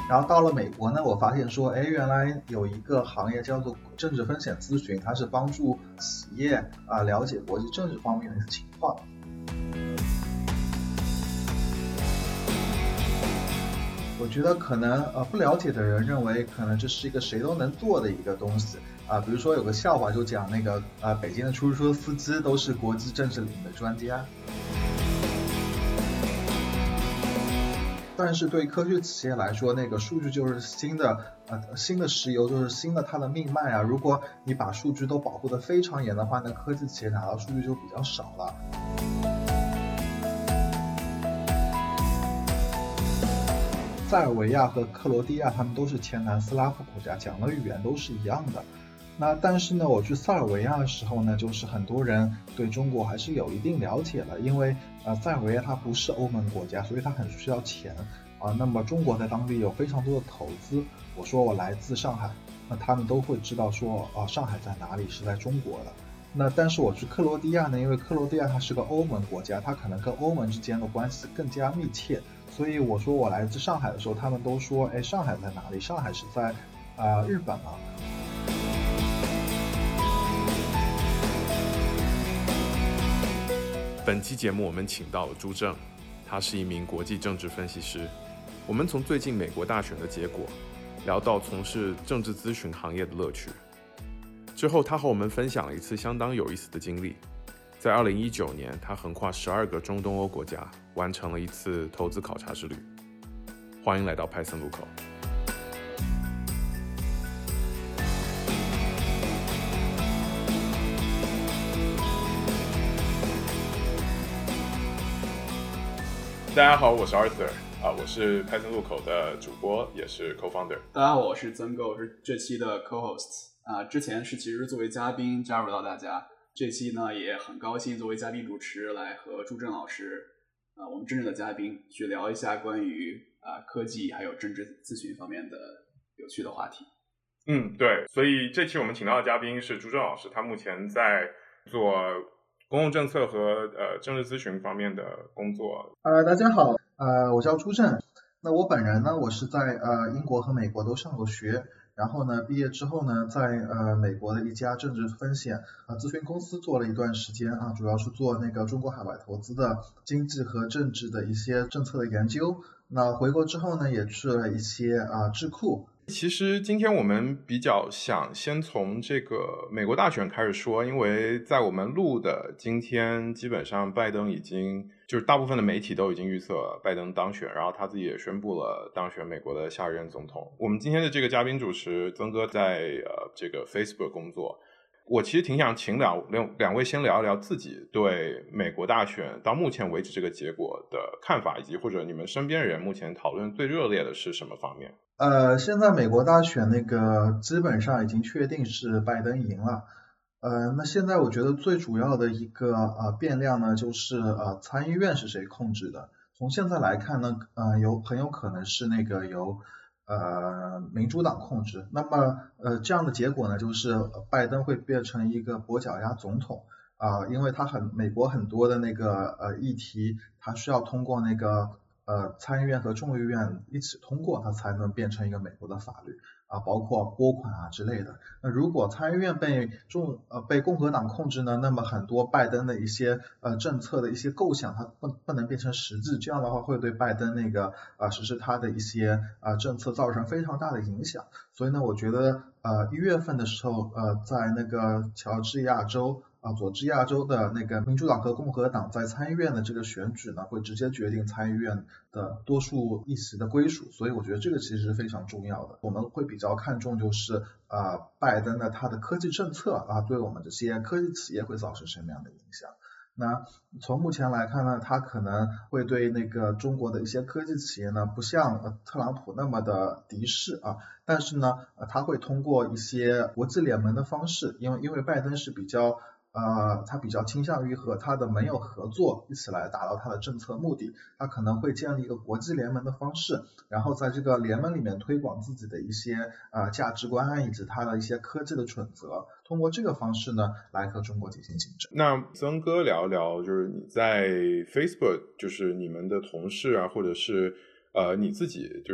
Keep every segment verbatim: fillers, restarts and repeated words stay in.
然后到了美国呢，我发现说，哎，原来有一个行业叫做政治风险咨询，它是帮助企业啊、呃、了解国际政治方面的一些情况。我觉得可能呃不了解的人认为可能这是一个谁都能做的一个东西啊、呃，比如说有个笑话就讲那个呃北京的出租车司机都是国际政治领域的专家。但是对科技企业来说，那个数据就是新的呃新的石油，就是新的它的命脉啊。如果你把数据都保护得非常严的话，那科技企业拿到数据就比较少了。塞尔维亚和克罗地亚他们都是前南斯拉夫国家，讲的语言都是一样的。那但是呢，我去塞尔维亚的时候呢，就是很多人对中国还是有一定了解了，因为呃塞尔维亚它不是欧盟国家，所以它很需要钱啊、呃。那么中国在当地有非常多的投资，我说我来自上海，那他们都会知道说啊、呃、上海在哪里，是在中国的。那但是我去克罗地亚呢，因为克罗地亚它是个欧盟国家，它可能跟欧盟之间的关系更加密切，所以我说我来自上海的时候，他们都说，哎，上海在哪里？上海是在啊、呃、日本啊。 本期节目我们请到了朱正，他是一名国际政治分析师。我们从最近美国大选的结果聊到从事政治咨询行业的乐趣。之后他和我们分享了一次相当有意思的经历，在二零一九年他横跨十二个中东欧国家，完成了一次投资考察之旅。欢迎来到派森路口。大家好，我是 Arthur 啊，我是派森路口的主播，也是 co-founder。 大家好，我是曾哥，我是这期的 co-host 啊。之前是其实作为嘉宾加入到大家，这期呢也很高兴作为嘉宾主持来和朱正老师啊，我们真正的嘉宾去聊一下关于啊科技还有政治咨询方面的有趣的话题。 嗯，对，所以这期我们请到的嘉宾是朱正老师，他目前在做公共政策和呃政治咨询方面的工作。 呃，大家好，呃，我叫朱正。那我本人呢，我是在呃英国和美国都上过学，然后呢，毕业之后呢，在呃美国的一家政治风险啊、呃、咨询公司做了一段时间啊，主要是做那个中国海外投资的经济和政治的一些政策的研究。那回国之后呢，也去了一些啊、呃、智库。 其实今天我们比较想先从这个美国大选开始说，因为在我们录的今天，基本上拜登已经就是大部分的媒体都已经预测拜登当选，然后他自己也宣布了当选美国的下一任总统。我们今天的这个嘉宾主持曾哥在呃这个 Facebook 工作，我其实挺想请两两两位先聊一聊自己对美国大选到目前为止这个结果的看法，以及或者你们身边人目前讨论最热烈的是什么方面？ 呃，现在美国大选那个基本上已经确定是拜登赢了。呃，那现在我觉得最主要的一个呃变量呢，就是呃参议院是谁控制的。从现在来看呢，呃有很有可能是那个由呃民主党控制。那么呃这样的结果呢，就是拜登会变成一个跛脚鸭总统啊、呃，因为他很美国很多的那个呃议题，他需要通过那个呃参议院和众议院一起通过，它才能变成一个美国的法律啊，包括拨款啊之类的。那如果参议院被众呃被共和党控制呢，那么很多拜登的一些呃政策的一些构想，它不不能变成实质，这样的话会对拜登那个啊、呃、实施他的一些啊、呃、政策造成非常大的影响。所以呢，我觉得呃一月份的时候，呃在那个乔治亚州。啊，佐治亚州的那个民主党和共和党在参议院的这个选举呢，会直接决定参议院的多数议席的归属，所以我觉得这个其实是非常重要的。我们会比较看重就是啊、呃，拜登的他的科技政策啊，对我们这些科技企业会造成什么样的影响？那从目前来看呢，他可能会对那个中国的一些科技企业呢，不像呃特朗普那么的敌视啊，但是呢，呃，他会通过一些国际联盟的方式，因为因为拜登是比较。呃，他比较倾向于和他的盟友合作，一起来达到他的政策目的。他可能会建立一个国际联盟的方式，然后在这个联盟里面推广自己的一些呃价值观以及他的一些科技的准则，通过这个方式呢，来和中国进行竞争。 那曾哥聊一聊，就是你在 Facebook，就是你们的同事啊，或者是呃你自己，就是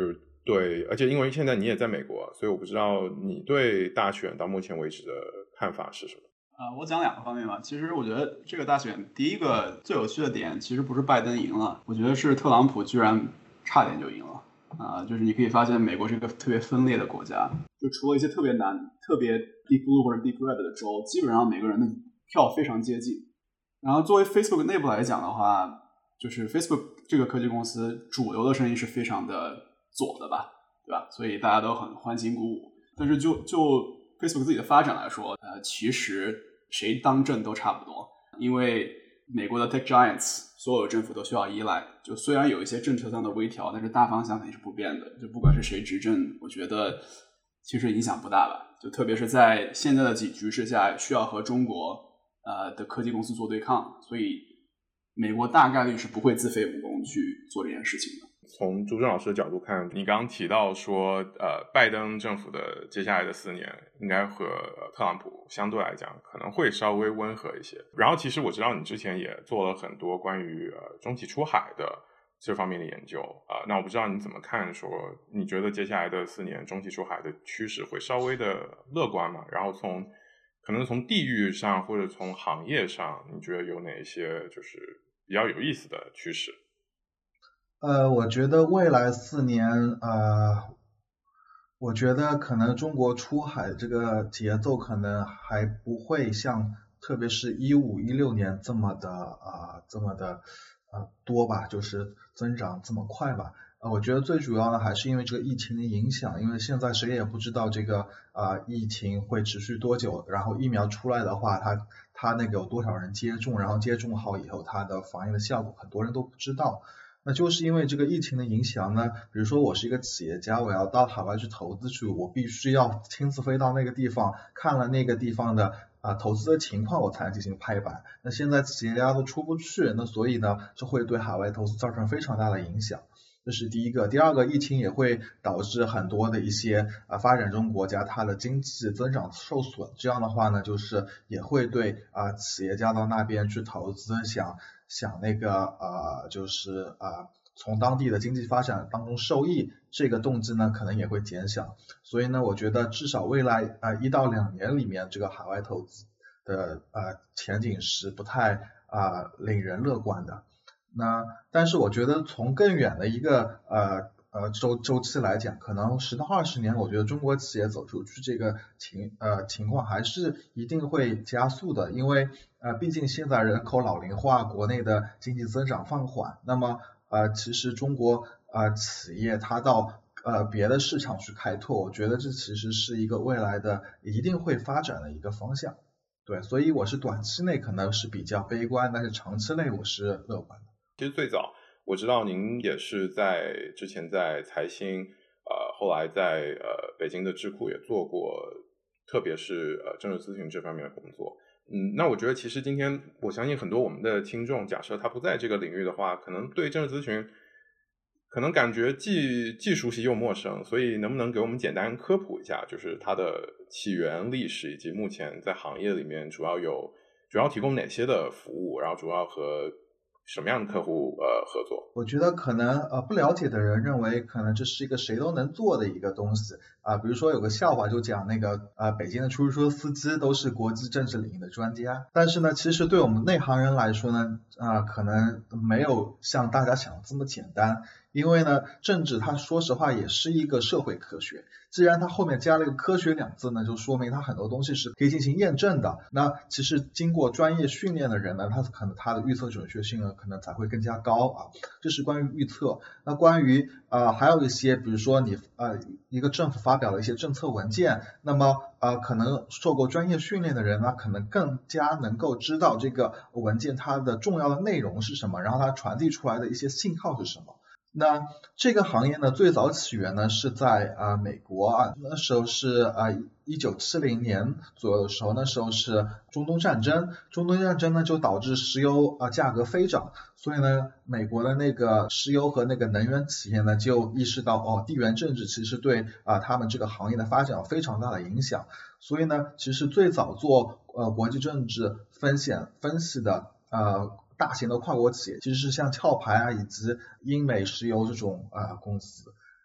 对，而且因为现在你也在美国，所以我不知道你对大选到目前为止的看法是什么。 呃，我讲两个方面吧。其实我觉得这个大选第一个最有趣的点，其实不是拜登赢了，我觉得是特朗普居然差点就赢了。啊、呃，就是你可以发现美国是一个特别分裂的国家，就除了一些特别难、特别 deep blue 或者 deep red 的州，基本上每个人的票非常接近。然后作为 Facebook 内部来讲的话，就是 Facebook 这个科技公司主流的声音是非常的左的吧，对吧？所以大家都很欢欣鼓舞。但是就就 Facebook 自己的发展来说，呃，其实谁当政都差不多，因为美国的 tech giants 所有政府都需要依赖。就虽然有一些政策上的微调，但是大方向肯定是不变的。就不管是谁执政，我觉得其实影响不大吧。就特别是在现在的局势下，需要和中国呃的科技公司做对抗，所以美国大概率是不会自废武功去做这件事情的。 从朱正老师的角度看，你刚刚提到说，呃，拜登政府的接下来的四年应该和特朗普相对来讲可能会稍微温和一些。然后，其实我知道你之前也做了很多关于呃中企出海的这方面的研究啊、呃，那我不知道你怎么看？说你觉得接下来的四年中企出海的趋势会稍微的乐观吗？然后从可能从地域上或者从行业上，你觉得有哪一些就是比较有意思的趋势？ 呃，我觉得未来四年，呃，我觉得可能中国出海这个节奏可能还不会像，特别是一五一六年这么的啊、呃，这么的呃多吧，就是增长这么快吧。呃，我觉得最主要的还是因为这个疫情的影响，因为现在谁也不知道这个啊、呃、疫情会持续多久，然后疫苗出来的话，它它那个有多少人接种，然后接种好以后它的防疫的效果，很多人都不知道。那就是因为这个疫情的影响呢，比如说我是一个企业家，我要到海外去投资去，我必须要亲自飞到那个地方，看了那个地方的啊投资的情况，我才能进行拍板。那现在企业家都出不去，那所以呢，这会对海外投资造成非常大的影响。这是第一个，第二个，疫情也会导致很多的一些啊发展中国家它的经济增长受损，这样的话呢，就是也会对啊企业家到那边去投资，想想那个呃就是啊从当地的经济发展当中受益，这个动机呢可能也会减小，所以呢，我觉得至少未来啊一到两年里面，这个海外投资的呃前景是不太啊令人乐观的。那但是我觉得从更远的一个呃呃周周期来讲，可能十到二十年，我觉得中国企业走出去这个情呃情况还是一定会加速的，因为呃毕竟现在人口老龄化，国内的经济增长放缓，那么呃其实中国呃企业它到呃别的市场去开拓，我觉得这其实是一个未来的一定会发展的一个方向。对，所以我是短期内可能是比较悲观，但是长期内我是乐观的。 其实最早我知道您也是在之前在财新，呃，后来在呃北京的智库也做过，特别是呃政治咨询这方面的工作。嗯，那我觉得其实今天我相信很多我们的听众，假设他不在这个领域的话，可能对政治咨询可能感觉既既熟悉又陌生，所以能不能给我们简单科普一下，就是它的起源、历史以及目前在行业里面主要有主要提供哪些的服务，然后主要和什么样的客户呃合作？ 我觉得可能呃不了解的人认为可能这是一个谁都能做的一个东西啊、呃，比如说有个笑话就讲那个呃北京的出租车司机都是国际政治领域的专家，但是呢，其实对我们内行人来说呢啊、呃、可能没有像大家想的这么简单，因为呢政治它说实话也是一个社会科学，既然它后面加了一个科学两字呢，就说明它很多东西是可以进行验证的。那其实经过专业训练的人呢，他可能他的预测准确性呢可能才会更加高啊。这是关于预测。那关于呃还有一些，比如说你呃一个政府发表了一些政策文件，那么呃可能受过专业训练的人呢，可能更加能够知道这个文件它的重要的内容是什么，然后它传递出来的一些信号是什么。那这个行业呢，最早起源呢是在啊、呃、美国啊，那时候是啊一九七零年左右的时候，那时候是中东战争，中东战争呢就导致石油啊、呃、价格飞涨，所以呢美国的那个石油和那个能源企业呢就意识到哦，地缘政治其实对啊、呃、他们这个行业的发展有非常大的影响，所以呢其实最早做呃国际政治风险分析的呃。大型的跨国企业其实是像壳牌啊以及英美石油这种啊、呃、公司。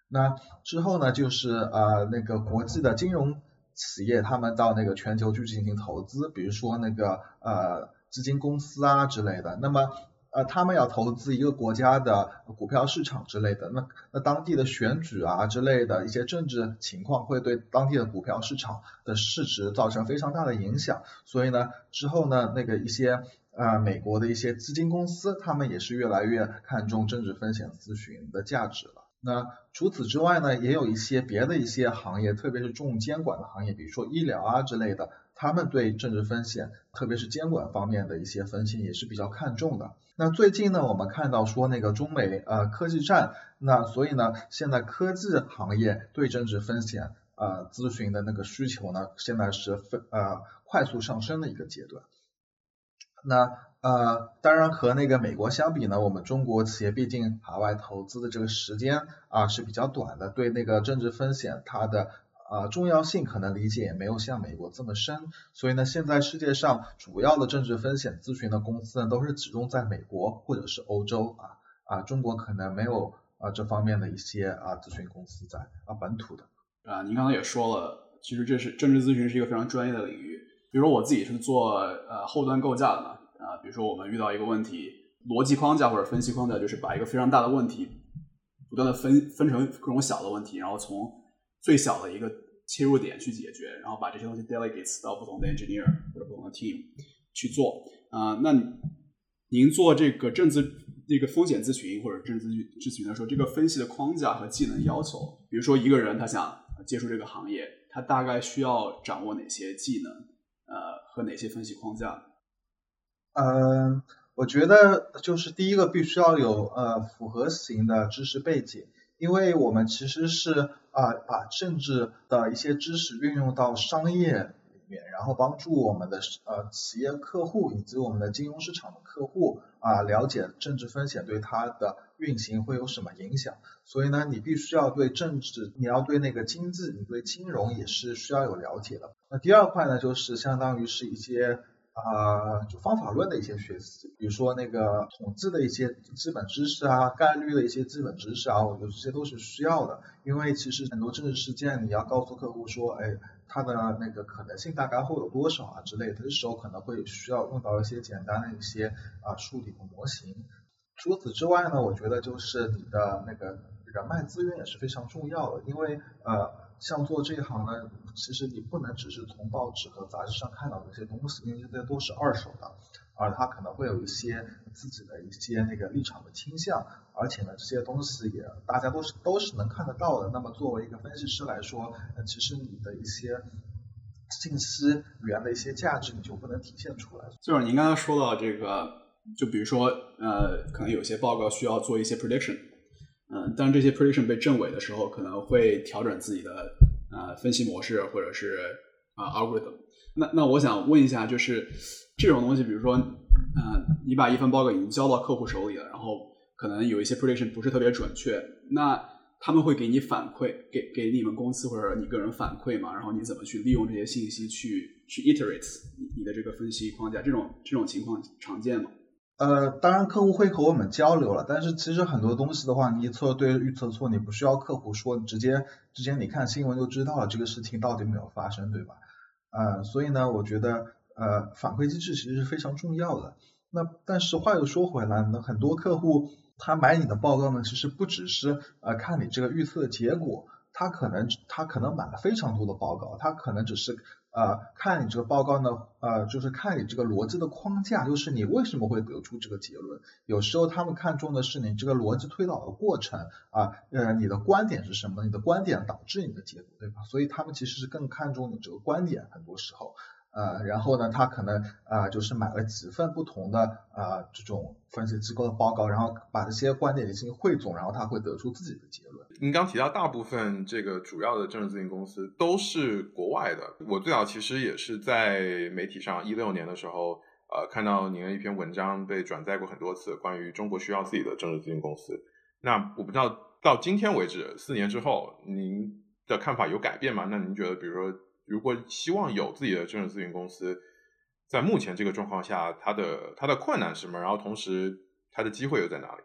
那之后呢，就是呃那个国际的金融企业，他们到那个全球去进行投资，比如说那个呃基金公司啊之类的。那么呃他们要投资一个国家的股票市场之类的，那那当地的选举啊之类的一些政治情况会对当地的股票市场的市值造成非常大的影响。所以呢，之后呢那个一些呃美国的一些基金公司，他们也是越来越看重政治风险咨询的价值了。那除此之外呢，也有一些别的一些行业，特别是重监管的行业，比如说医疗啊之类的，他们对政治风险，特别是监管方面的一些风险也是比较看重的。那最近呢，我们看到说那个中美呃科技战，那所以呢，现在科技行业对政治风险呃咨询的那个需求呢，现在是呃快速上升的一个阶段。那呃，当然和那个美国相比呢，我们中国企业毕竟海外投资的这个时间啊是比较短的，对那个政治风险它的呃重要性可能理解也没有像美国这么深，所以呢，现在世界上主要的政治风险咨询的公司呢，都是集中在美国或者是欧洲啊啊，中国可能没有啊这方面的一些啊咨询公司在啊本土的。 啊，您刚才也说了，其实这是政治咨询是一个非常专业的领域。比如说我自己是做呃后端构架的嘛，啊、呃，比如说我们遇到一个问题，逻辑框架或者分析框架就是把一个非常大的问题不断的分分成各种小的问题，然后从最小的一个切入点去解决，然后把这些东西 delegate 到不同的 engineer 或者不同的 team 去做。啊、呃，那您做这个政治这个风险咨询或者政治咨询的时候，这个分析的框架和技能要求，比如说一个人他想接触这个行业，他大概需要掌握哪些技能，呃，和哪些分析框架？ 嗯，我觉得就是第一个必须要有呃复合型的知识背景，因为我们其实是啊、呃、把政治的一些知识运用到商业里面，然后帮助我们的呃企业客户以及我们的金融市场的客户啊、呃、了解政治风险对它的运行会有什么影响。所以呢，你必须要对政治，你要对那个经济，你对金融也是需要有了解的。那第二块呢，就是相当于是一些啊、呃，就方法论的一些学习，比如说那个统计的一些基本知识啊，概率的一些基本知识啊，我觉得这些都是需要的。因为其实很多政治事件，你要告诉客户说，哎，它的那个可能性大概会有多少啊之类的，这时候可能会需要用到一些简单的一些啊、呃、数理的模型。除此之外呢，我觉得就是你的那个人脉资源也是非常重要的，因为呃，像做这一行呢，其实你不能只是从报纸和杂志上看到这些东西，因为这些都是二手的，而它可能会有一些自己的一些那个立场的倾向，而且呢，这些东西也大家都是都是能看得到的。那么作为一个分析师来说，呃、其实你的一些信息源的一些价值你就不能体现出来。 就是您刚才说到这个，就比如说呃，可能有些报告需要做一些 prediction。嗯，当这些 prediction 被证伪的时候，可能会调整自己的呃分析模式或者是啊、呃、algorithm。那那我想问一下，就是这种东西，比如说，呃，你把一份报告已经交到客户手里了，然后可能有一些 prediction 不是特别准确，那他们会给你反馈，给给你们公司或者你个人反馈嘛？然后你怎么去利用这些信息去去 iterate 你你的这个分析框架？这种这种情况常见吗？ 呃，当然客户会和我们交流了，但是其实很多东西的话，你一测对预测错，你不需要客户说，直接直接你看新闻就知道了这个事情到底有没有发生，对吧？呃，所以呢，我觉得呃反馈机制其实是非常重要的。那但是话又说回来呢，很多客户他买你的报告呢，其实不只是呃看你这个预测的结果，他可能他可能买了非常多的报告，他可能只是呃看你这个报告呢，呃就是看你这个逻辑的框架，就是你为什么会得出这个结论。有时候他们看重的是你这个逻辑推导的过程啊，呃你的观点是什么，你的观点导致你的结果，对吧？所以他们其实是更看重你这个观点，很多时候。呃，然后呢，他可能啊、呃、就是买了几份不同的啊、呃、这种分析机构的报告，然后把这些观点进行汇总，然后他会得出自己的结论。 您刚提到大部分这个主要的政治咨询公司都是国外的，我最早其实也是在媒体上一六年的时候，呃，看到您的一篇文章被转载过很多次，关于中国需要自己的政治咨询公司。那我不知道到今天为止，四年之后，您的看法有改变吗？那您觉得，比如说，如果希望有自己的政治咨询公司，在目前这个状况下，它的它的困难是什么？然后同时它的机会又在哪里？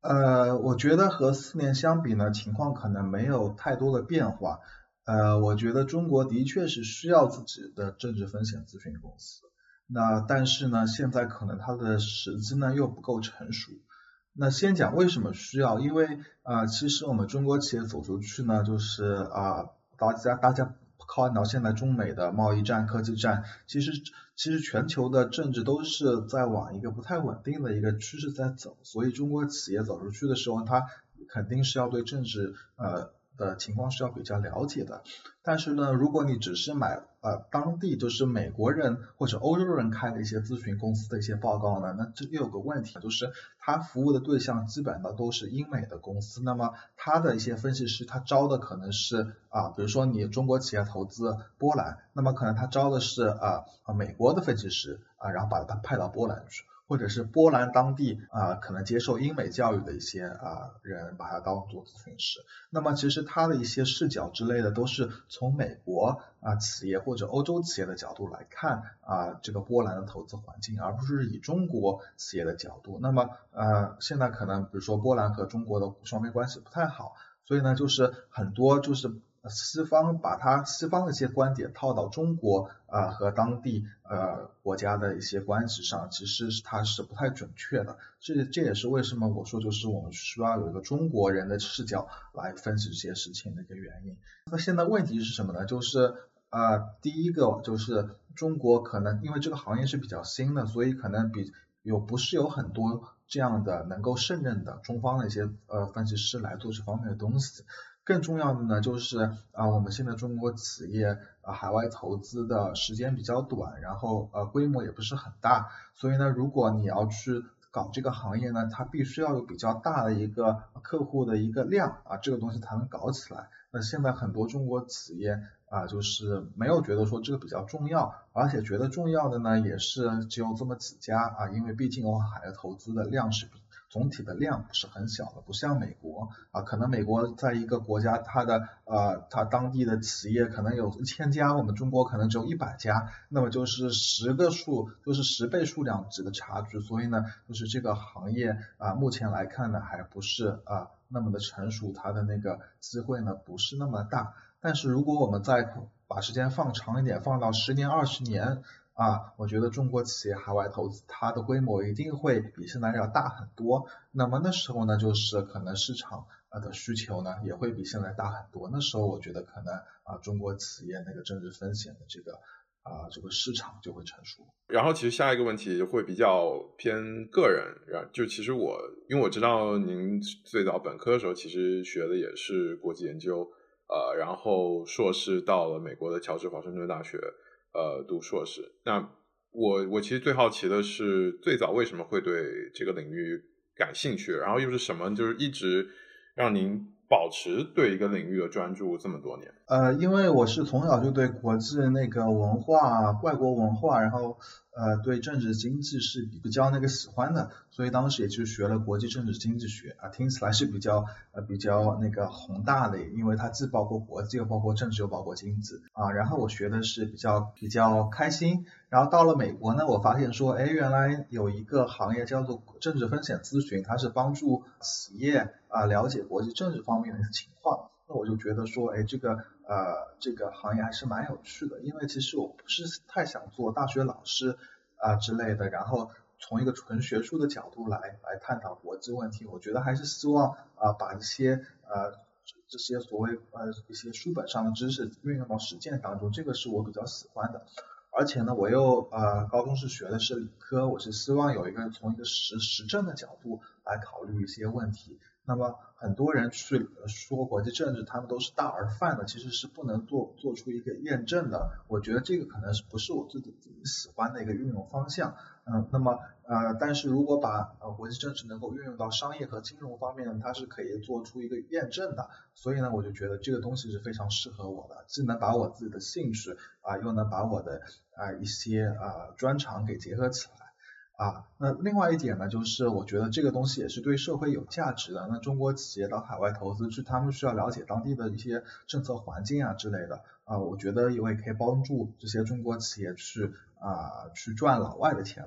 呃，我觉得和四年相比呢，情况可能没有太多的变化。呃，我觉得中国的确是需要自己的政治风险咨询公司，那但是呢，现在可能它的时机呢又不够成熟。那先讲为什么需要，因为啊、呃，其实我们中国企业走出去呢，就是啊、呃，大家大家看到现在中美的贸易战、科技战，其实其实全球的政治都是在往一个不太稳定的一个趋势在走，所以中国企业走出去的时候，它肯定是要对政治呃的情况是要比较了解的。但是呢，如果你只是买呃当地就是美国人或者欧洲人开的一些咨询公司的一些报告呢，那这又有个问题，就是他服务的对象基本上都是英美的公司，那么他的一些分析师他招的可能是啊，比如说你中国企业投资波兰，那么可能他招的是啊啊美国的分析师啊，然后把他派到波兰去。或者是波兰当地啊、呃、可能接受英美教育的一些啊、呃、人，把他当做咨询师。那么其实他的一些视角之类的，都是从美国啊、呃、企业或者欧洲企业的角度来看啊、呃、这个波兰的投资环境，而不是以中国企业的角度。那么呃现在可能比如说波兰和中国的双边关系不太好，所以呢就是很多就是西方把它西方的一些观点套到中国啊、呃、和当地呃国家的一些关系上，其实它是不太准确的。这这也是为什么我说就是我们需要有一个中国人的视角来分析这些事情的一个原因。那现在问题是什么呢？就是呃第一个就是中国可能因为这个行业是比较新的，所以可能比有不是有很多这样的能够胜任的中方的一些呃分析师来做这方面的东西。更重要的呢，就是啊、呃，我们现在中国企业啊、呃、海外投资的时间比较短，然后呃规模也不是很大，所以呢，如果你要去搞这个行业呢，它必须要有比较大的一个客户的一个量啊，这个东西才能搞起来。那现在很多中国企业啊，就是没有觉得说这个比较重要，而且觉得重要的呢，也是只有这么几家啊，因为毕竟往海外投资的量是比总体的量不是很小的，不像美国啊，可能美国在一个国家它的呃它当地的企业可能有一千家，我们中国可能只有一百家，那么就是十个数，就是十倍数量级的差距，所以呢，就是这个行业啊，目前来看呢，还不是啊那么的成熟，它的那个机会呢不是那么大。但是如果我们再把时间放长一点，放到十年、二十年。啊，我觉得中国企业海外投资，它的规模一定会比现在要大很多。那么那时候呢，就是可能市场的需求呢也会比现在大很多。那时候我觉得可能啊，中国企业那个政治风险的这个啊这个市场就会成熟。 然后其实下一个问题会比较偏个人，然就其实我因为我知道您最早本科的时候其实学的也是国际研究，呃，然后硕士到了美国的乔治华盛顿大学。呃，读硕士，那我我其实最好奇的是，最早为什么会对这个领域感兴趣，然后又是什么，就是一直让您保持对一个领域的专注这么多年？ 呃，因为我是从小就对国际那个文化、外国文化，然后呃对政治经济是比较那个喜欢的，所以当时也去学了国际政治经济学啊，听起来是比较呃比较那个宏大的，因为它既包括国际又包括政治又包括经济啊，然后我学的是比较比较开心，然后到了美国呢，我发现说，哎，原来有一个行业叫做政治风险咨询，它是帮助企业啊了解国际政治方面的情况。那我就觉得说，哎，这个呃这个行业还是蛮有趣的，因为其实我不是太想做大学老师啊、呃、之类的，然后从一个纯学术的角度来来探讨国际问题，我觉得还是希望啊、呃、把一些呃这些所谓呃一些书本上的知识运用到实践当中，这个是我比较喜欢的。而且呢，我又呃高中是学的是理科，我是希望有一个从一个实实证的角度来考虑一些问题。那么很多人去说国际政治，他们都是大而泛的，其实是不能做做出一个验证的。我觉得这个可能是不是我自己自己喜欢的一个运用方向。嗯，那么呃，但是如果把呃国际政治能够运用到商业和金融方面，它是可以做出一个验证的。所以呢，我就觉得这个东西是非常适合我的，既能把我自己的兴趣啊、呃，又能把我的啊、呃、一些啊、呃、专长给结合起来。啊，那另外一点呢，就是我觉得这个东西也是对社会有价值的。那中国企业到海外投资去，他们需要了解当地的一些政策环境啊之类的啊，我觉得也可以帮助这些中国企业去啊去赚老外的钱吧。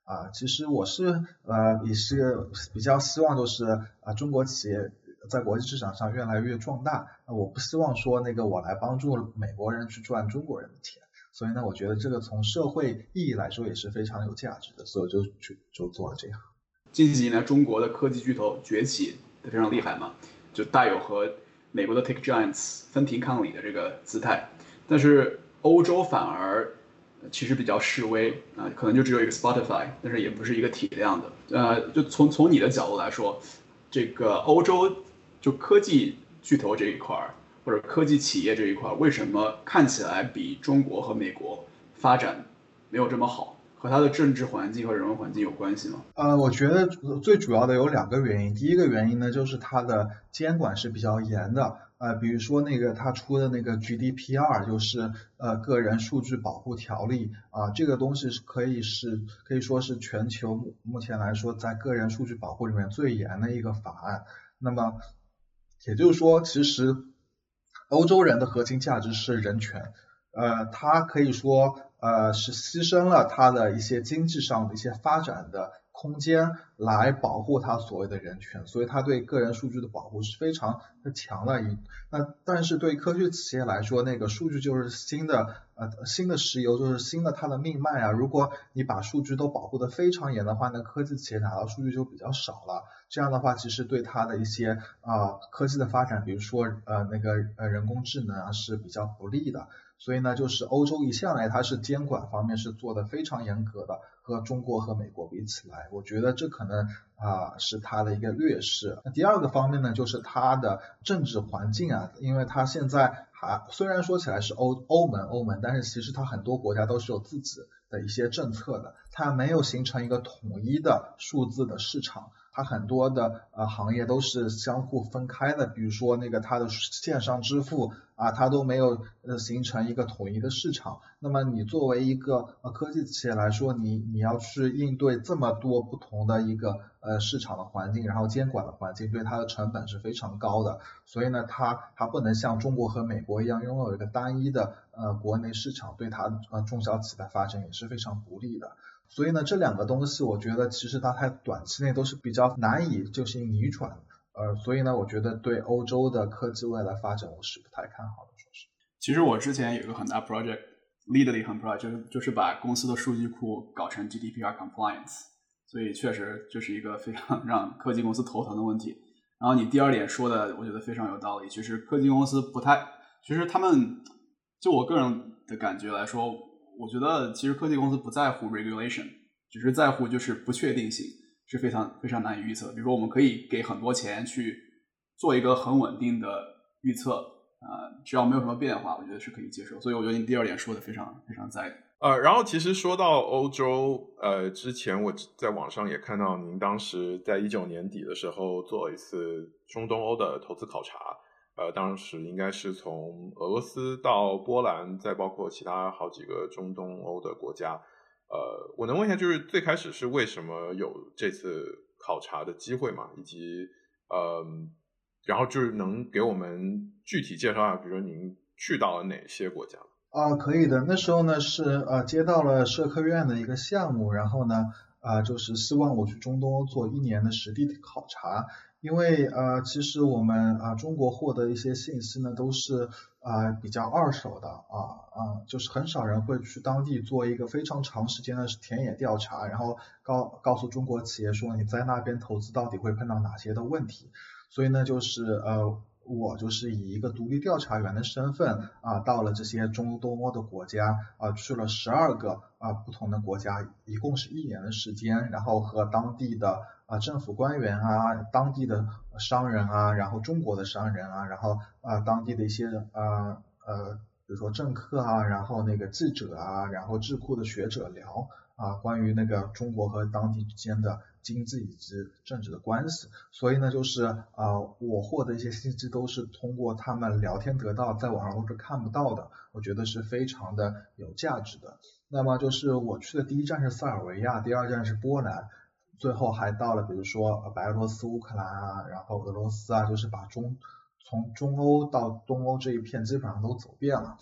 啊，其实我是呃也是比较希望就是啊中国企业在国际市场上越来越壮大，我不希望说那个我来帮助美国人去赚中国人的钱，所以呢，我觉得这个从社会意义来说也是非常有价值的，所以我就就就做了这样。 近几年中国的科技巨头崛起非常厉害嘛，就大有和美国的 tech giants 分庭抗礼的这个姿态，但是欧洲反而其实比较示威啊、呃，可能就只有一个 Spotify， 但是也不是一个体量的。呃，就从从你的角度来说，这个欧洲就科技巨头这一块或者科技企业这一块，为什么看起来比中国和美国发展没有这么好？和它的政治环境和人文环境有关系吗？ 呃，我觉得最主要的有两个原因。第一个原因呢，就是它的监管是比较严的。呃，比如说那个它出的那个 G D P R， 就是呃个人数据保护条例啊、呃，这个东西是可以是可以说是全球目前来说在个人数据保护里面最严的一个法案。那么也就是说，其实欧洲人的核心价值是人权，呃，它可以说呃是牺牲了它的一些经济上的一些发展的空间来保护它所谓的人权，所以它对个人数据的保护是非常强的。一那但是对科技企业来说，那个数据就是新的呃新的石油，就是新的它的命脉啊。如果你把数据都保护得非常严的话，那科技企业拿到数据就比较少了。这样的话，其实对它的一些啊、呃、科技的发展，比如说呃那个呃人工智能啊是比较不利的。所以呢，就是欧洲一向来它是监管方面是做的非常严格的，和中国和美国比起来，我觉得这可能啊、呃、是它的一个劣势。那第二个方面呢，就是它的政治环境啊，因为它现在还虽然说起来是欧欧盟欧盟，但是其实它很多国家都是有自己的一些政策的，它没有形成一个统一的数字的市场。它很多的呃行业都是相互分开的，比如说那个它的线上支付啊，它都没有呃形成一个统一的市场。那么你作为一个呃科技企业来说，你你要去应对这么多不同的一个呃市场的环境，然后监管的环境，对它的成本是非常高的。所以呢，它它不能像中国和美国一样拥有一个单一的呃国内市场，对它呃中小企业的发展也是非常不利的。所以呢，这两个东西我觉得其实它在短期内都是比较难以进行逆转，呃，所以呢，我觉得对欧洲的科技未来发展我是不太看好的，说是。 其实我之前有一个很大 project lead 的一项 project， 就是就是把公司的数据库搞成 G D P R compliance， 所以确实这是一个非常让科技公司头疼的问题。然后你第二点说的，我觉得非常有道理。其实科技公司不太，其实他们就我个人的感觉来说，我觉得其实科技公司不在乎 regulation， 只是在乎就是不确定性是非常非常难以预测。比如说我们可以给很多钱去做一个很稳定的预测，呃，只要没有什么变化，我觉得是可以接受。所以我觉得你第二点说的非常非常在理。 呃，然后其实说到欧洲，呃，之前我在网上也看到您当时在一九年底的时候做了一次中东欧的投资考察，呃，当时应该是从俄罗斯到波兰，再包括其他好几个中东欧的国家。呃，我能问一下，就是最开始是为什么有这次考察的机会嘛？以及呃，然后就是能给我们具体介绍一下，比如说您去到了哪些国家？ 啊、呃，可以的。那时候呢是呃接到了社科院的一个项目，然后呢啊、呃、就是希望我去中东欧做一年的实地考察，因为呃其实我们啊、呃、中国获得一些信息呢都是啊、呃、比较二手的啊啊、呃、就是很少人会去当地做一个非常长时间的田野调查，然后告告诉中国企业说你在那边投资到底会碰到哪些的问题，所以呢就是呃。我就是以一个独立调查员的身份啊，到了这些中东欧的国家啊，去了十二个啊不同的国家，一共是一年的时间，然后和当地的啊政府官员啊、当地的商人啊，然后中国的商人啊，然后啊当地的一些呃呃，比如说政客啊，然后那个记者啊，然后智库的学者聊啊关于那个中国和当地之间的经济以及政治的关系，所以呢，就是啊、呃，我获得一些信息都是通过他们聊天得到，在网上都是看不到的，我觉得是非常的有价值的。那么就是我去的第一站是塞尔维亚，第二站是波兰，最后还到了比如说白俄罗斯、乌克兰啊，然后俄罗斯啊，就是把中从中欧到东欧这一片基本上都走遍了。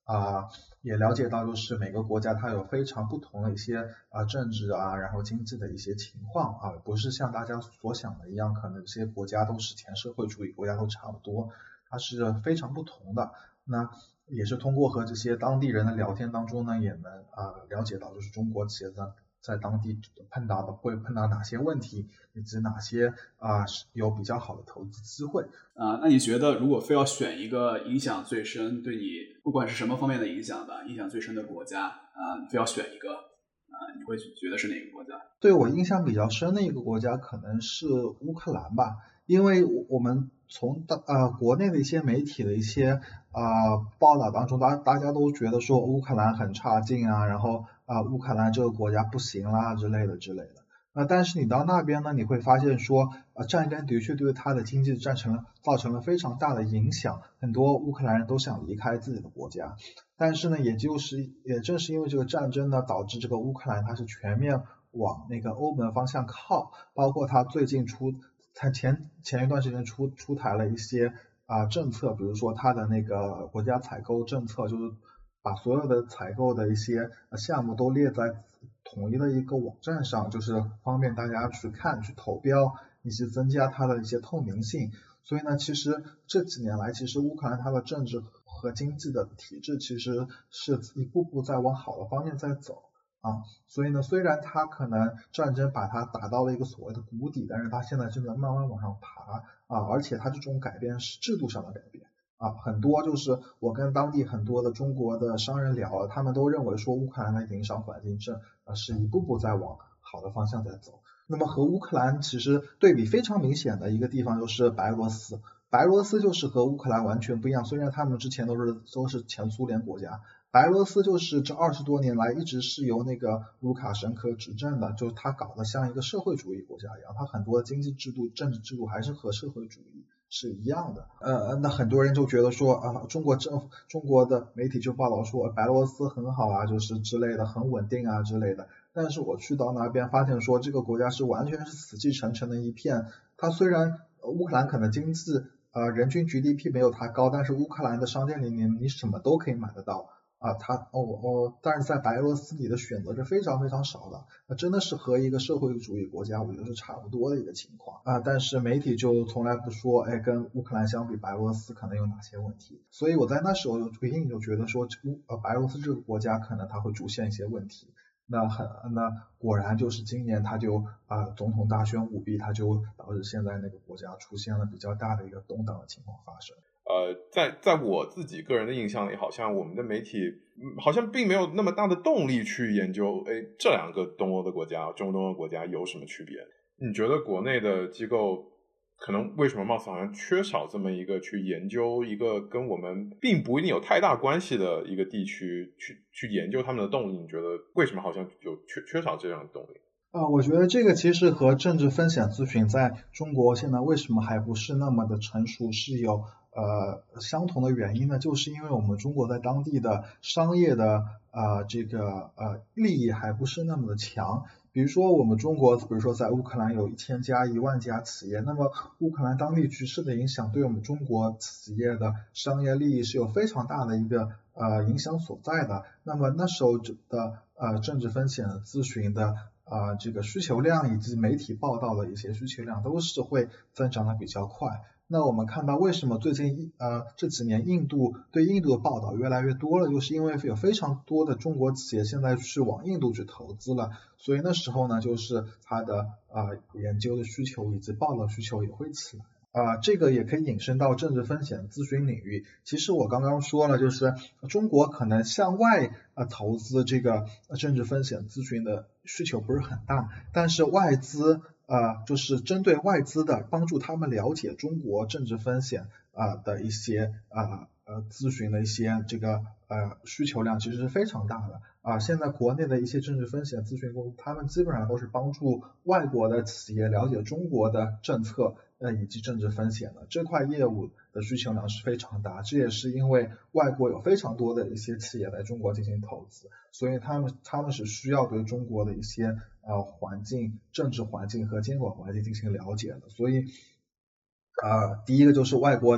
啊、呃，也了解到就是每个国家它有非常不同的一些啊、呃、政治啊，然后经济的一些情况啊，不是像大家所想的一样，可能这些国家都是前社会主义国家都差不多，它是非常不同的。那也是通过和这些当地人的聊天当中呢，也能啊、呃、了解到就是中国企业在在当地碰到的会碰到哪些问题，以及哪些啊、呃、有比较好的投资机会啊、呃。那你觉得如果非要选一个影响最深，对你不管是什么方面的影响吧，影响最深的国家啊、呃，你非要选一个啊、呃，你会觉得是哪个国家？ 对我印象比较深的一个国家可能是乌克兰吧，因为我们从大呃国内的一些媒体的一些啊、呃、报道当中，大大家都觉得说乌克兰很差劲啊，然后啊、呃、乌克兰这个国家不行啦之类的之类的。那但是你到那边呢，你会发现说，呃，战争的确对它的经济战成了造成了非常大的影响，很多乌克兰人都想离开自己的国家。但是呢，也就是也正是因为这个战争呢，导致这个乌克兰它是全面往那个欧盟方向靠，包括它最近出，它前前一段时间出出台了一些啊、呃、政策，比如说它的那个国家采购政策，就是把所有的采购的一些项目都列在统一的一个网站上，就是方便大家去看、去投标，以及增加它的一些透明性。所以呢，其实这几年来，其实乌克兰它的政治和经济的体制其实是一步步在往好的方面在走啊。所以呢，虽然它可能战争把它打到了一个所谓的谷底，但是它现在正在慢慢往上爬啊，而且它这种改变是制度上的改变。啊，很多就是我跟当地很多的中国的商人聊，他们都认为说乌克兰的营商环境正啊是一步步在往好的方向在走。那么和乌克兰其实对比非常明显的一个地方就是白俄罗斯，白俄罗斯就是和乌克兰完全不一样，虽然他们之前都是都是前苏联国家，白俄罗斯就是这二十多年来一直是由那个卢卡申科执政的，就是他搞得像一个社会主义国家一样，他很多经济制度、政治制度还是和社会主义是一样的。呃，那很多人就觉得说啊，中国政府、中国的媒体就报道说白俄罗斯很好啊，就是之类的，很稳定啊之类的。但是我去到那边发现说，这个国家是完全是死气沉沉的一片。它虽然乌克兰可能经济呃人均 G D P 没有它高，但是乌克兰的商店里面你什么都可以买得到。啊，它哦哦，但是在白俄罗斯你的选择是非常非常少的，那真的是和一个社会主义国家我觉得是差不多的一个情况啊。但是媒体就从来不说，哎，跟乌克兰相比，白俄罗斯可能有哪些问题。所以我在那时候就隐隐就觉得说，乌呃白俄罗斯这个国家可能它会出现一些问题。那很那果然就是今年他就啊、呃、总统大选舞弊，他就导致现在那个国家出现了比较大的一个动荡的情况发生。 呃，在在我自己个人的印象里，好像我们的媒体、嗯、好像并没有那么大的动力去研究，哎，这两个东欧的国家、中东的国家有什么区别？你觉得国内的机构可能为什么貌似好像缺少这么一个去研究一个跟我们并不一定有太大关系的一个地区，去去研究他们的动力？你觉得为什么好像有缺缺少这样的动力？ 啊、呃，我觉得这个其实和政治风险咨询在中国现在为什么还不是那么的成熟是有呃相同的原因呢？就是因为我们中国在当地的商业的呃这个呃利益还不是那么的强。比如说我们中国，比如说在乌克兰有一千家、一万家企业，那么乌克兰当地局势的影响对我们中国企业的商业利益是有非常大的一个呃影响所在的。那么那时候的呃政治风险的咨询的啊、呃，这个需求量以及媒体报道的一些需求量都是会增长的比较快。那我们看到为什么最近呃这几年印度对印度的报道越来越多了，就是因为有非常多的中国企业现在是往印度去投资了，所以那时候呢，就是它的呃研究的需求以及报道需求也会起来。啊、呃，这个也可以引申到政治风险咨询领域。其实我刚刚说了，就是中国可能向外呃投资这个政治风险咨询的需求不是很大，但是外资呃就是针对外资的帮助他们了解中国政治风险啊、呃、的一些啊 呃, 呃咨询的一些这个呃需求量其实是非常大的啊、呃。现在国内的一些政治风险咨询公司，他们基本上都是帮助外国的企业了解中国的政策呃以及政治风险的，这块业务的需求量是非常大。这也是因为外国有非常多的一些企业在中国进行投资，所以他们他们是需要对中国的一些呃环境、政治环境和监管环境进行了解的。所以啊、呃，第一个就是外国的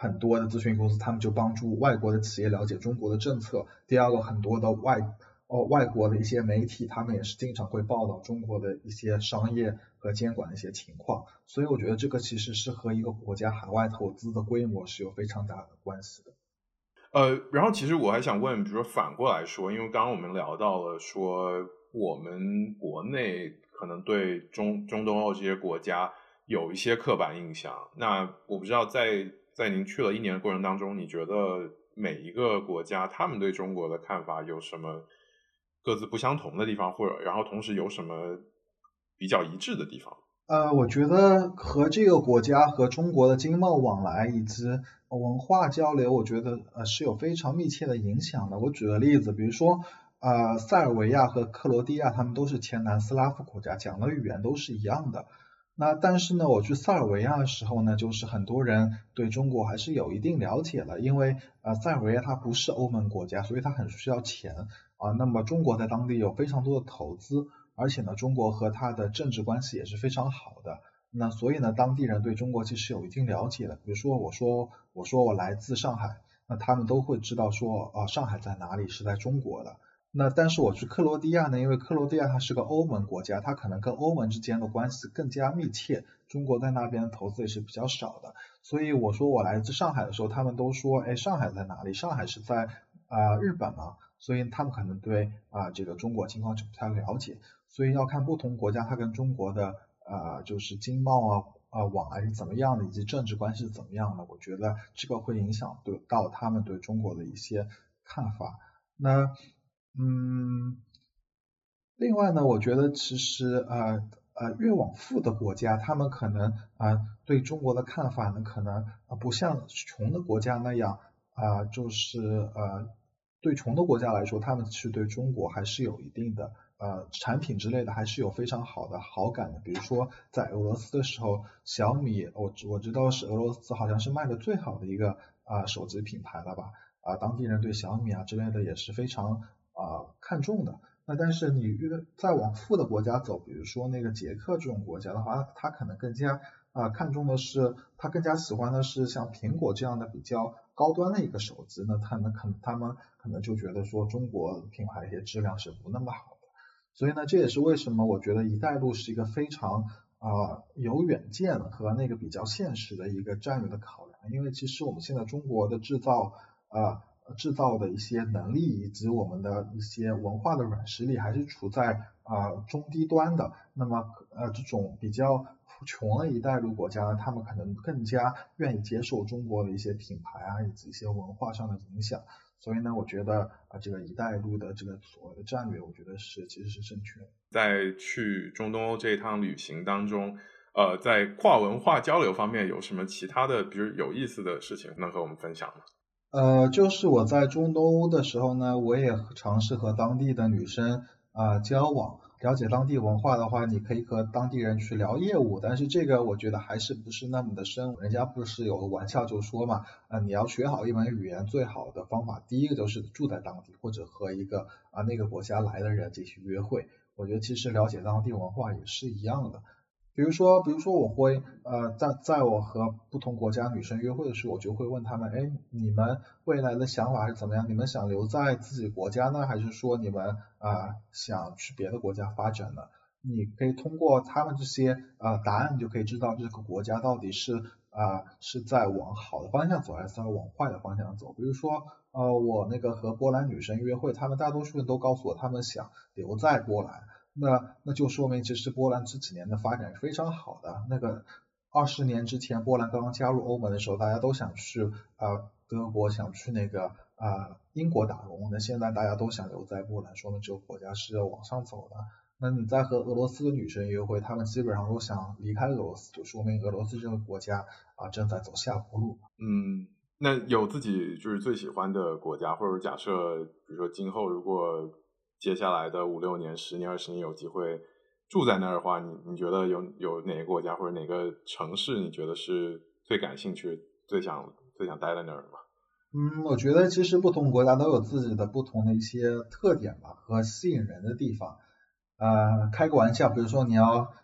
很多的咨询公司他们就帮助外国的企业了解中国的政策。第二个，很多的外哦外国的一些媒体他们也是经常会报道中国的一些商业和监管的一些情况。所以我觉得这个其实是和一个国家海外投资的规模是有非常大的关系的。 呃，然后其实我还想问，比如说反过来说，因为刚刚我们聊到了说我们国内可能对中中东欧这些国家有一些刻板印象，那我不知道在在您去了一年的过程当中，你觉得每一个国家他们对中国的看法有什么各自不相同的地方，或者然后同时有什么比较一致的地方？ 呃，我觉得和这个国家和中国的经贸往来以及文化交流，我觉得呃是有非常密切的影响的。我举个例子，比如说呃塞尔维亚和克罗地亚，他们都是前南斯拉夫国家，讲的语言都是一样的。那但是呢，我去塞尔维亚的时候呢，就是很多人对中国还是有一定了解的，因为呃塞尔维亚它不是欧盟国家，所以它很需要钱啊。那么中国在当地有非常多的投资。而且呢，中国和它的政治关系也是非常好的。那所以呢，当地人对中国其实有一定了解的。比如说，我说我说我来自上海，那他们都会知道说，啊、呃，上海在哪里，是在中国的。那但是我去克罗地亚呢，因为克罗地亚它是个欧盟国家，它可能跟欧盟之间的关系更加密切，中国在那边的投资也是比较少的。所以我说我来自上海的时候，他们都说，哎，上海在哪里？上海是在啊、呃、日本嘛。所以他们可能对啊、呃、这个中国情况就不太了解。所以要看不同国家它跟中国的呃就是经贸啊呃往来是怎么样的，以及政治关系是怎么样的，我觉得这个会影响对到他们对中国的一些看法。那嗯，另外呢，我觉得其实呃呃越往富的国家，他们可能啊、呃、对中国的看法呢，可能、呃、不像穷的国家那样啊、呃、就是呃对穷的国家来说，他们是对中国还是有一定的呃产品之类的还是有非常好的好感的。比如说在俄罗斯的时候，小米我我知道是俄罗斯好像是卖的最好的一个啊、呃、手机品牌了吧，啊、呃、当地人对小米啊之类的也是非常啊、呃、看重的。那但是你越再往富的国家走，比如说那个捷克这种国家的话，它可能更加啊、呃、看重的是，他更加喜欢的是像苹果这样的比较高端的一个手机，那他们可能他们可能就觉得说中国品牌一些质量是不那么好的。所以呢，这也是为什么我觉得一带一路是一个非常啊、呃、有远见和那个比较现实的一个战略的考量。因为其实我们现在中国的制造啊。呃制造的一些能力以及我们的一些文化的软实力还是处在啊、呃、中低端的。那么呃这种比较穷的一带一路国家呢，他们可能更加愿意接受中国的一些品牌啊以及一些文化上的影响。所以呢，我觉得啊、呃、这个一带一路的这个所谓的战略，我觉得是其实是正确的。 在去中东欧这一趟旅行当中，呃，在跨文化交流方面有什么其他的，比如有意思的事情能和我们分享吗？ 呃，就是我在中东欧的时候呢，我也尝试和当地的女生啊、呃、交往，了解当地文化的话，你可以和当地人去聊业务，但是这个我觉得还是不是那么的深。人家不是有个玩笑就说嘛，呃，你要学好一门语言，最好的方法，第一个就是住在当地，或者和一个啊、呃、那个国家来的人进行约会。我觉得其实了解当地文化也是一样的。比如说，比如说我会呃，在在我和不同国家女生约会的时候，我就会问他们，哎，你们未来的想法是怎么样？你们想留在自己国家呢，还是说你们啊、呃、想去别的国家发展呢？你可以通过他们这些呃答案，就可以知道这个国家到底是啊、呃、是在往好的方向走，还是在往坏的方向走。比如说呃，我那个和波兰女生约会，她们大多数人都告诉我，她们想留在波兰。那那就说明其实波兰这几年的发展是非常好的。那个二十年之前波兰刚刚加入欧盟的时候，大家都想去啊、呃、德国，想去那个啊、呃、英国打工。那现在大家都想留在波兰，说明这个国家是要往上走的。那你在和俄罗斯的女生约会，她们基本上都想离开俄罗斯，就说明俄罗斯这个国家啊、呃、正在走下坡路。 嗯，那有自己就是最喜欢的国家，或者假设比如说今后如果接下来的五六年、十年、二十年有机会住在那儿的话，你你觉得有有哪个国家或者哪个城市你觉得是最感兴趣、最想最想待在那儿的吗？ 嗯，我觉得其实不同国家都有自己的不同的一些特点吧和吸引人的地方。呃，开个玩笑，比如说你要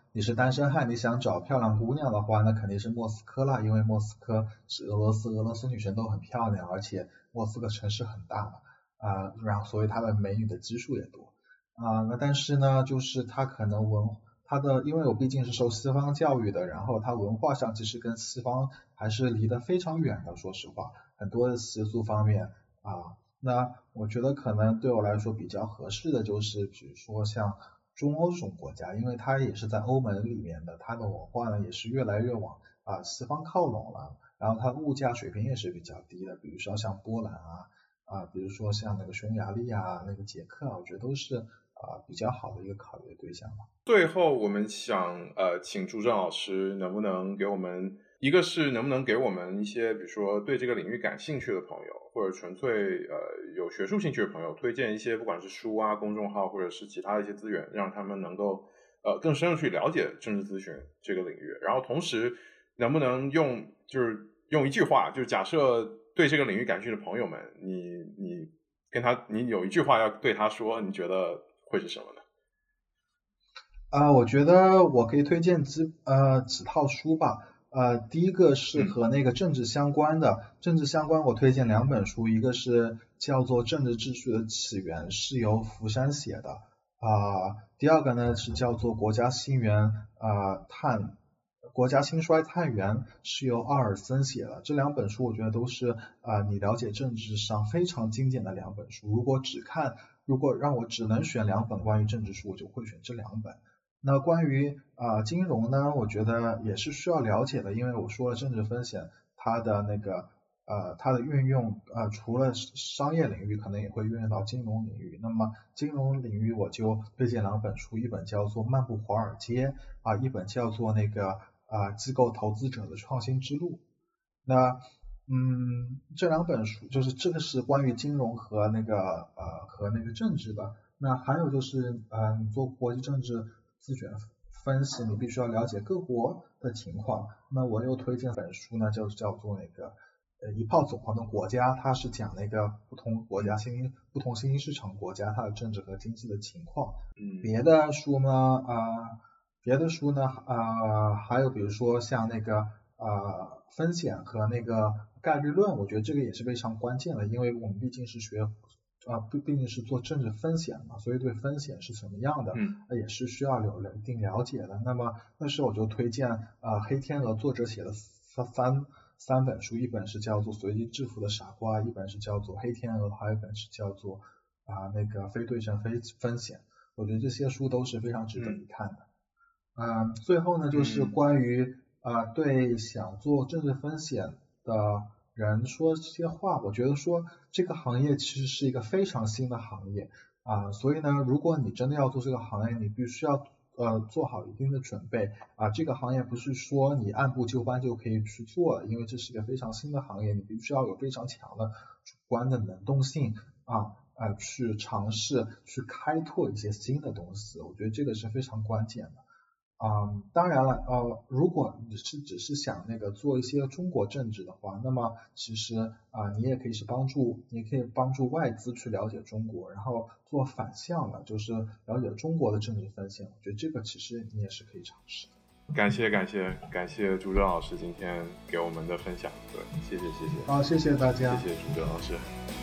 你是单身汉，你想找漂亮姑娘的话，那肯定是莫斯科啦，因为莫斯科是俄罗斯，俄罗斯女生都很漂亮，而且莫斯科城市很大嘛，啊、呃，然后所以它的美女的基数也多啊、呃。那但是呢，就是它可能文它的，因为我毕竟是受西方教育的，然后它文化上其实跟西方还是离得非常远的，说实话，很多的习俗方面啊、呃，那我觉得可能对我来说比较合适的就是，比如说像中欧这种国家，因为它也是在欧盟里面的，它的文化呢也是越来越往啊、呃、西方靠拢了，然后它物价水平也是比较低的，比如说像波兰啊啊、呃，比如说像那个匈牙利啊、那个捷克啊，我觉得都是啊、呃、比较好的一个考虑的对象吧。 最后我们想呃请朱正老师能不能给我们，一个是能不能给我们一些比如说对这个领域感兴趣的朋友，或者纯粹呃有学术兴趣的朋友，推荐一些不管是书啊、公众号或者是其他的一些资源，让他们能够呃更深入去了解政治咨询这个领域。然后同时能不能用就是用一句话，就是假设对这个领域感兴趣的朋友们，你你跟他你有一句话要对他说，你觉得会是什么呢？ 啊、呃，我觉得我可以推荐几呃几套书吧。呃，第一个是和那个政治相关的，嗯、政治相关我推荐两本书，一个是叫做《政治秩序的起源》，是由福山写的啊、呃，第二个呢是叫做《国家兴元呃探国家兴衰探源》，是由奥尔森写的。这两本书我觉得都是啊、呃、你了解政治上非常经典的两本书。如果只看，如果让我只能选两本关于政治书，我就会选这两本。那关于啊、呃、金融呢，我觉得也是需要了解的，因为我说了政治风险，它的那个呃它的运用呃除了商业领域，可能也会运用到金融领域。那么金融领域我就推荐两本书，一本叫做《漫步华尔街》啊、呃，一本叫做那个啊、呃、机构投资者的创新之路。那嗯这两本书就是这个是关于金融和那个呃和那个政治的。那还有就是呃你做国际政治咨询分析，你必须要了解各国的情况。那我又推荐本书呢，就叫做那个呃一炮走红的国家，它是讲那个不同国家新兴不同新兴市场国家它的政治和经济的情况。 嗯， 别的书呢啊、呃，别的书呢啊、呃、还有比如说像那个啊、呃、风险和那个概率论，我觉得这个也是非常关键的，因为我们毕竟是学。啊，毕毕竟是做政治风险嘛，所以对风险是什么样的， 嗯， 也是需要有一定了解的。那么那时候我就推荐啊、呃，黑天鹅作者写的三三三本书，一本是叫做《随机致富的傻瓜》，一本是叫做《黑天鹅》，还有一本是叫做啊、呃、那个非对称非风险。我觉得这些书都是非常值得一看的。嗯、呃，最后呢就是关于啊、呃、对想做政治风险的人说这些话，我觉得说这个行业其实是一个非常新的行业啊、呃，所以呢，如果你真的要做这个行业，你必须要呃做好一定的准备啊、呃。这个行业不是说你按部就班就可以去做的，因为这是一个非常新的行业，你必须要有非常强的主观的能动性啊呃去尝试去开拓一些新的东西，我觉得这个是非常关键的。啊、嗯，当然了，呃，如果你是只是想那个做一些中国政治的话，那么其实啊、呃，你也可以是帮助，你可以帮助外资去了解中国，然后做反向的，就是了解中国的政治风险。我觉得这个其实你也是可以尝试的。 感谢感谢感谢朱正老师今天给我们的分享，对，谢谢谢谢。 好，谢谢大家， 谢谢朱正老师。